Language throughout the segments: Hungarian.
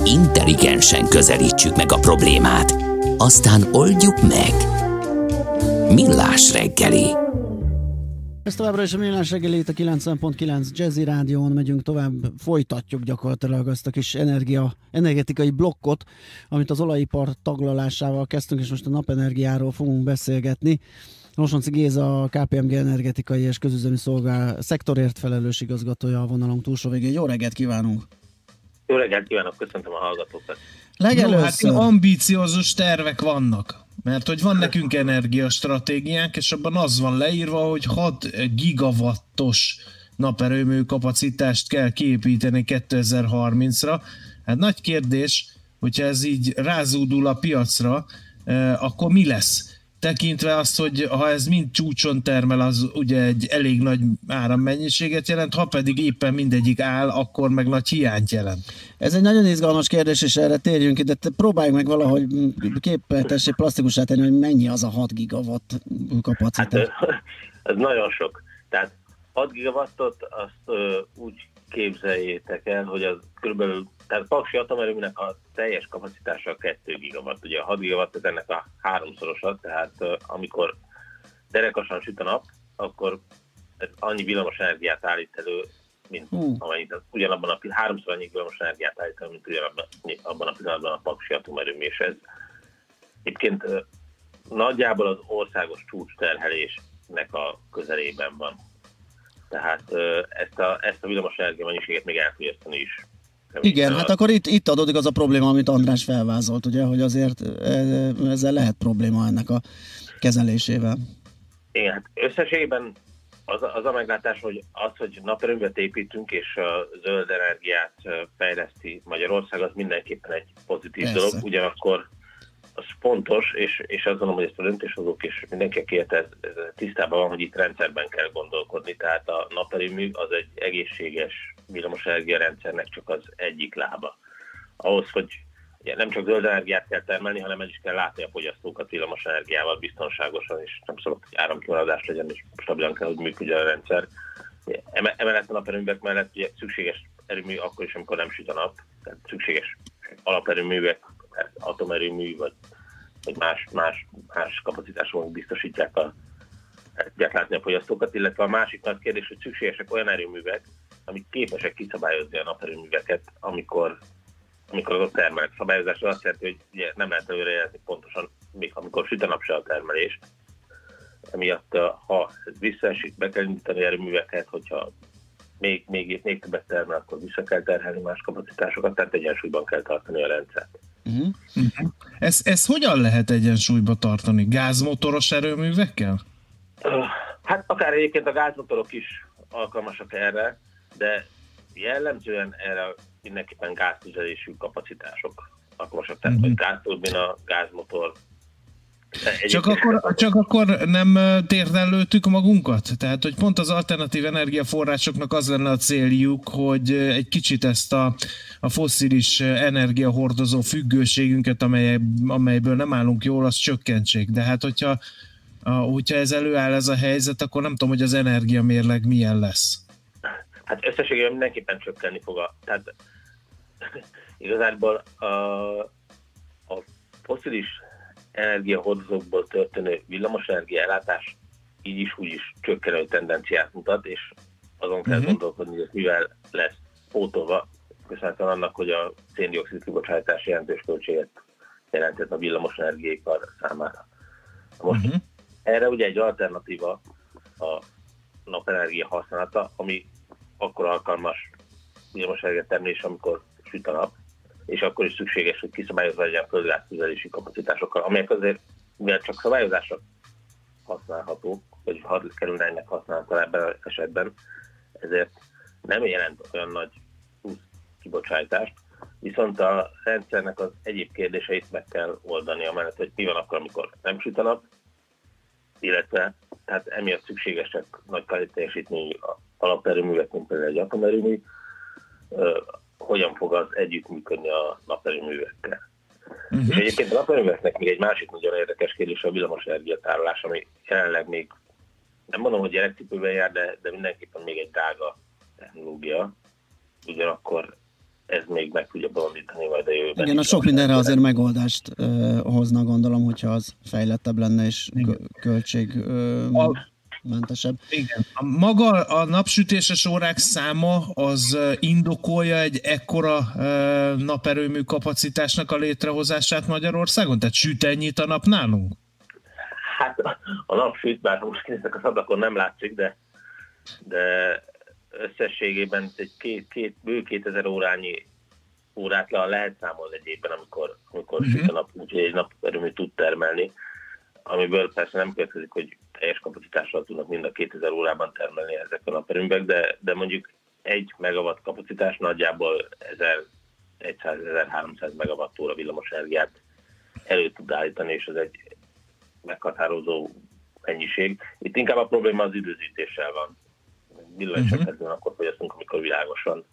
Intelligensen közelítsük meg a problémát, aztán oldjuk meg. Millás reggeli. Ez továbbra is a Millás reggeli, itt a 90.9 Jazzy Rádión, megyünk tovább, folytatjuk gyakorlatilag azt a kis energetikai blokkot, amit az olajipar taglalásával kezdtünk, és most a napenergiáról fogunk beszélgetni. Losonczy Géza, a KPMG energetikai és közüzemi szektorért felelős igazgatója a vonalunk túlsó végén. Jó reggelt kívánunk! Jó reggelt kívánok, köszöntöm a hallgatókat! Legelőször... No, hát ambíciózus tervek vannak, mert hogy van nekünk energiastratégiánk, és abban az van leírva, hogy 6 gigawattos naperőmű kapacitást kell kiépíteni 2030-ra. Hát nagy kérdés, hogyha ez így rázódul a piacra, akkor mi lesz? Tekintve azt, hogy ha ez mind csúcson termel, az ugye egy elég nagy árammennyiséget jelent, ha pedig éppen mindegyik áll, akkor meg nagy hiányt jelent. Ez egy nagyon izgalmas kérdés, és erre térjünk ki, de próbáljuk meg valahogy képletessé, plastikusá tenni, hogy mennyi az a 6 gigawatt kapacitás. Hát, ez nagyon sok. Tehát 6 gigawattot azt úgy képzeljétek el, hogy az körülbelül, tehát Paksi atomerőműnek a teljes kapacitása 2 gigawatt. Ugye a 6 gigawatt ez ennek a 3-szorosa, tehát amikor derekasan süt a nap, akkor annyi villamos energiát állít elő, mint amennyit ugyanabban a pillanatban, 3-szor annyi villamos energiát állít elő, mint ugyanabban a pillanatban a Paksi atomerőmű, és ez egyébként nagyjából az országos csúcsterhelésnek a közelében van. Tehát ezt a villamos energia mennyiséget még elfogyasztani is. Igen, hát akkor itt adódik az a probléma, amit András felvázolt, ugye, hogy azért ezzel lehet probléma ennek a kezelésével. Igen, hát összességében az a meglátás, hogy naperőművet építünk, és a zöld energiát fejleszti Magyarország, az mindenképpen egy pozitív dolog, ugyanakkor az fontos, és azt gondolom, hogy ezt a döntéshozók és mindenki, aki ez tisztában van, hogy itt rendszerben kell gondolkodni, tehát a naperőmű az egy egészséges villamosenergia rendszernek csak az egyik lába. Ahhoz, hogy ugye, nem csak zöld energiát kell termelni, hanem el is kell látni a fogyasztókat villamosenergiával biztonságosan, és nem szabad, hogy áramkimaradás legyen, és stabilan kell, hogy működjön a rendszer. Emellett a naperőművek mellett ugye szükséges erőmű akkor is, amikor nem süt a nap, tehát szükséges alaperőművek, atomerőmű, vagy más kapacitások biztosítják tudják látni a fogyasztókat, illetve a másik nagy kérdés, hogy szükségesek olyan erőművek, amik képesek kiszabályozni a naperőműveket, amikor azok termelnek. Szabályozás azt jelenti, hogy ugye nem lehet előrejelzni pontosan, még amikor süt a nap se a termelést. Emiatt, ha visszaesik, be kell indítani erőműveket, hogyha még többet termel, akkor vissza kell terhelni más kapacitásokat, tehát egyensúlyban kell tartani a rendszert. Ez hogyan lehet egyensúlyba tartani? Gázmotoros erőművekkel? Hát akár egyébként a gázmotorok is alkalmasak erre, de jellemzően erre mindenképpen gáztüzelésű kapacitások alkalmasak. Tehát vagy gázturbina, gázmotor. Csak akkor nem térdellőttük magunkat? Tehát, hogy pont az alternatív energiaforrásoknak az lenne a céljuk, hogy egy kicsit ezt a fosszilis energiahordozó függőségünket, amelyből nem állunk jól, azt csökkentsék. De hát, hogyha ez előáll ez a helyzet, akkor nem tudom, hogy az energiamérleg milyen lesz. Hát összességében mindenképpen csökkenni fog. Tehát igazából a fosszilis energiahordozókból történő villamosenergia ellátás így is úgy is csökkenő tendenciát mutat, és azon kell gondolkodni, hogy mivel lesz pótolva, köszönhetően annak, hogy a szén-dioxid kibocsátás jelentős költséget jelentett a villamosenergiaipar számára. Most erre ugye egy alternatíva a napenergia használata, ami akkor alkalmas villamosenergia termelés, amikor süt a nap, és akkor is szükséges, hogy kiszabályozva legyen földgáztüzelési kapacitásokkal, amelyek azért, mivel csak szabályozásra használhatók, vagy kerülne ennek használata ebben az esetben, ezért nem jelent olyan nagy plusz kibocsátást, viszont a rendszernek az egyéb kérdéseit meg kell oldani, amellett, hogy mi van akkor, amikor nem süt a nap, illetve tehát emiatt szükségesek nagy teljesítményű alaperőművek, mint például egy atomerőmű, hogyan fog az együttműködni a naperőművekkel. És egyébként a naperőműveknek még egy másik nagyon érdekes kérdés a villamosenergia tárolás, ami jelenleg még nem mondom, hogy gyerekcipőben jár, de mindenképpen még egy drága technológia. Ugyanakkor ez még meg tudja bolondítani majd a Igen, a sok mindenre azért megoldást hozna, gondolom, hogyha az fejlettebb lenne és költségmentesebb. Igen. Maga a napsütéses órák száma az indokolja egy ekkora naperőmű kapacitásnak a létrehozását Magyarországon? Tehát süt ennyit a nap nálunk? Hát a nap süt, bár most kinéztek az ablakon nem látszik, de összességében egy bő 2000 órát lehet számolni egy évben, amikor süt a nap, úgyhogy egy naperőmű tud termelni, amiből persze nem következik, hogy teljes kapacitással tudnak mind a 2000 órában termelni ezek a naperőművek, de mondjuk 1 megawatt kapacitás nagyjából 1100-1300 megawattóra villamosenergiát elő tud állítani, és ez egy meghatározó mennyiség. Itt inkább a probléma az időzítéssel van. Villanycsökkentően akkor fogyasztunk, amikor világos van.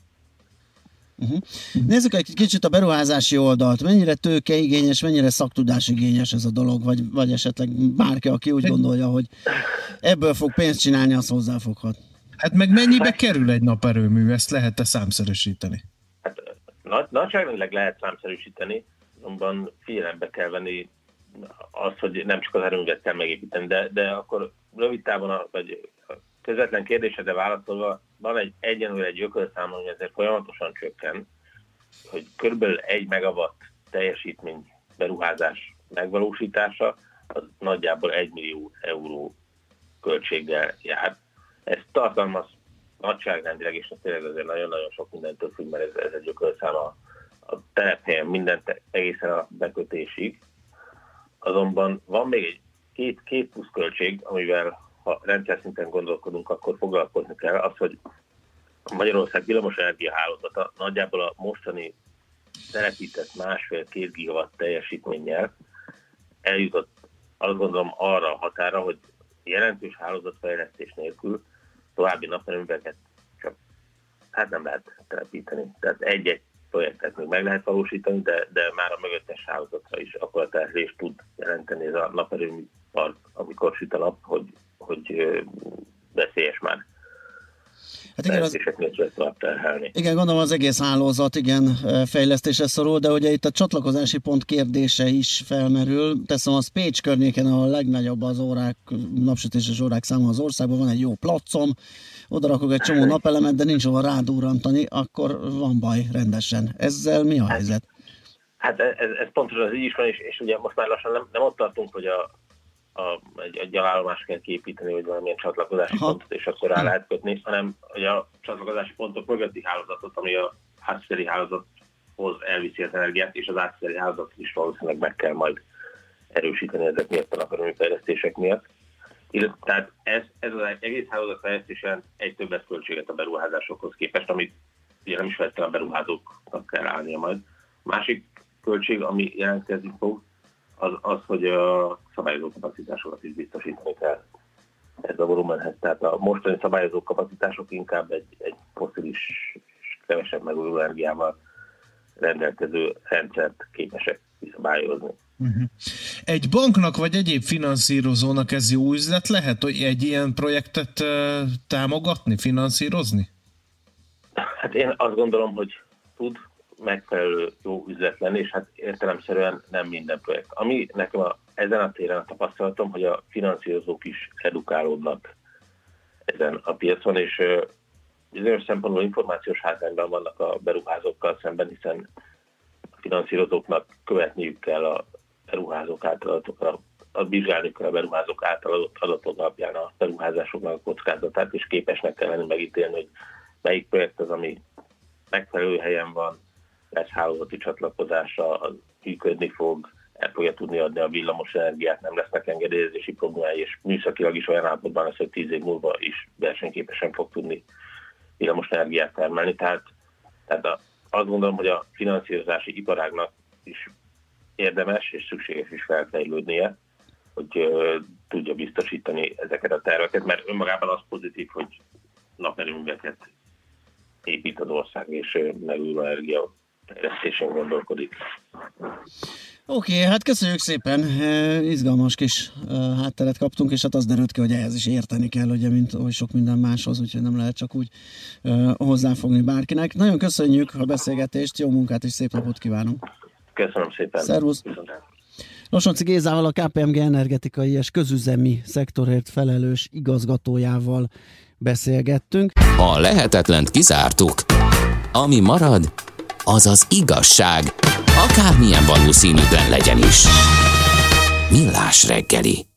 Nézzük egy kicsit a beruházási oldalt. Mennyire tőkeigényes, mennyire szaktudásigényes ez a dolog, vagy esetleg bárki, aki úgy gondolja, hogy ebből fog pénzt csinálni, az hozzáfoghat. Hát meg mennyibe kerül egy naperőmű? Ezt lehet-e számszerűsíteni? Hát nagyságrendileg lehet számszerűsíteni, azonban figyelembe kell venni azt, hogy nem csak az erőművet kell megépíteni, de akkor rövid távon, vagy közvetlen kérdésedre válaszolva, van egyenlőre egy ökölszám, ami ezért folyamatosan csökken, hogy kb. 1 megawatt teljesítmény beruházás megvalósítása, az nagyjából 1 millió euró költséggel jár. Ez tartalmaz nagyságrendileg, és tényleg azért nagyon-nagyon sok mindentől függ, mert ez egy ökölszám a telephelyen mindent egészen a bekötésig. Azonban van még egy két plusz költség, amivel ha rendszer szinten gondolkodunk, akkor foglalkozni kell, az, hogy a Magyarország villamosenergia hálózata nagyjából a mostani telepített 1,5-2 gigawatt teljesítménnyel eljutott, azt gondolom, arra a határa, hogy jelentős hálózatfejlesztés nélkül további naperőműveket csak nem lehet telepíteni. Tehát egy-egy projektet még meg lehet valósítani, de már a mögöttes hálózatra is akkor a terhelést tud jelenteni ez a naperőmű park, amikor süt a nap, hogy veszélyes már. Hát igen, gondolom az egész hálózat fejlesztésre szorul, de ugye itt a csatlakozási pont kérdése is felmerül. Teszem, az Pécs környéken, ahol a legnagyobb az napsütéses órák száma az országban, van egy jó placom, oda rakok egy csomó napelemet, de nincs hova rádurrantani, akkor van baj rendesen. Ezzel mi a helyzet? Hát ez pontosan az így is van, és ugye most már lassan nem ott tartunk, hogy egy gyalállomást kell kiépíteni, vagy valamilyen csatlakozási pontot, és akkor rá lehet kötni, hanem hogy a csatlakozási pontok mögötti hálózatot, ami a átszeri hálózathoz elviszi az energiát, és az átszeri hálózatot is valószínűleg meg kell majd erősíteni ezek miatt a naperőmű fejlesztések miatt. Tehát ez az egész hálózatfejlesztés jelent egy többletköltséget a beruházásokhoz képest, amit ugye nem is feltétlenül a beruházóknak kell állnia majd. Másik költség, ami jelentkezni fog, az, hogy a szabályozó kapacitásokat is biztosítani kell ez a volumenhez. Tehát a mostani szabályozó kapacitások inkább egy fosszilis és kevesebb megújuló energiával rendelkező rendszert képesek kiszabályozni. Egy banknak vagy egyéb finanszírozónak ez jó üzlet lehet, hogy egy ilyen projektet támogatni, finanszírozni? Hát én azt gondolom, hogy tud megfelelő jó üzlet lenni, és hát értelemszerűen nem minden projekt. Ami nekem ezen a téren a tapasztalatom, hogy a finanszírozók is edukálódnak ezen a piacon, és bizonyos szempontból információs hátrányban vannak a beruházókkal szemben, hiszen a finanszírozóknak követniük kell a beruházók által vizsgálni kell a beruházók által adott adatok alapján a beruházásoknak a kockázatát, és képesnek kell lenni megítélni, hogy melyik projekt az, ami megfelelő helyen van, lesz hálózati csatlakozása, az működni fog, el fogja tudni adni a villamos energiát, nem lesznek engedélyezési problémái, és műszakilag is olyan állapotban lesz, hogy 10 év múlva is versenyképesen fog tudni villamos energiát termelni. Tehát azt gondolom, hogy a finanszírozási iparágnak is érdemes és szükséges is felfejlődnie, hogy tudja biztosítani ezeket a terveket, mert önmagában az pozitív, hogy naperőműveket épít az ország, és megújuló energia fejlesztésen gondolkodik. Oké, hát köszönjük szépen, izgalmas kis hátteret kaptunk, és hát az derült ki, hogy ehhez is érteni kell, ugye, mint oly sok minden máshoz, úgyhogy nem lehet csak úgy hozzáfogni bárkinek. Nagyon köszönjük a beszélgetést, jó munkát és szép napot kívánunk! Köszönöm szépen. Szervusz. Losonci Gézával, a KPMG energetikai és közüzemi szektorért felelős igazgatójával beszélgettünk. Ha lehetetlent kizártuk, ami marad, az az igazság, akármilyen valószínűtlen legyen is. Millás reggeli.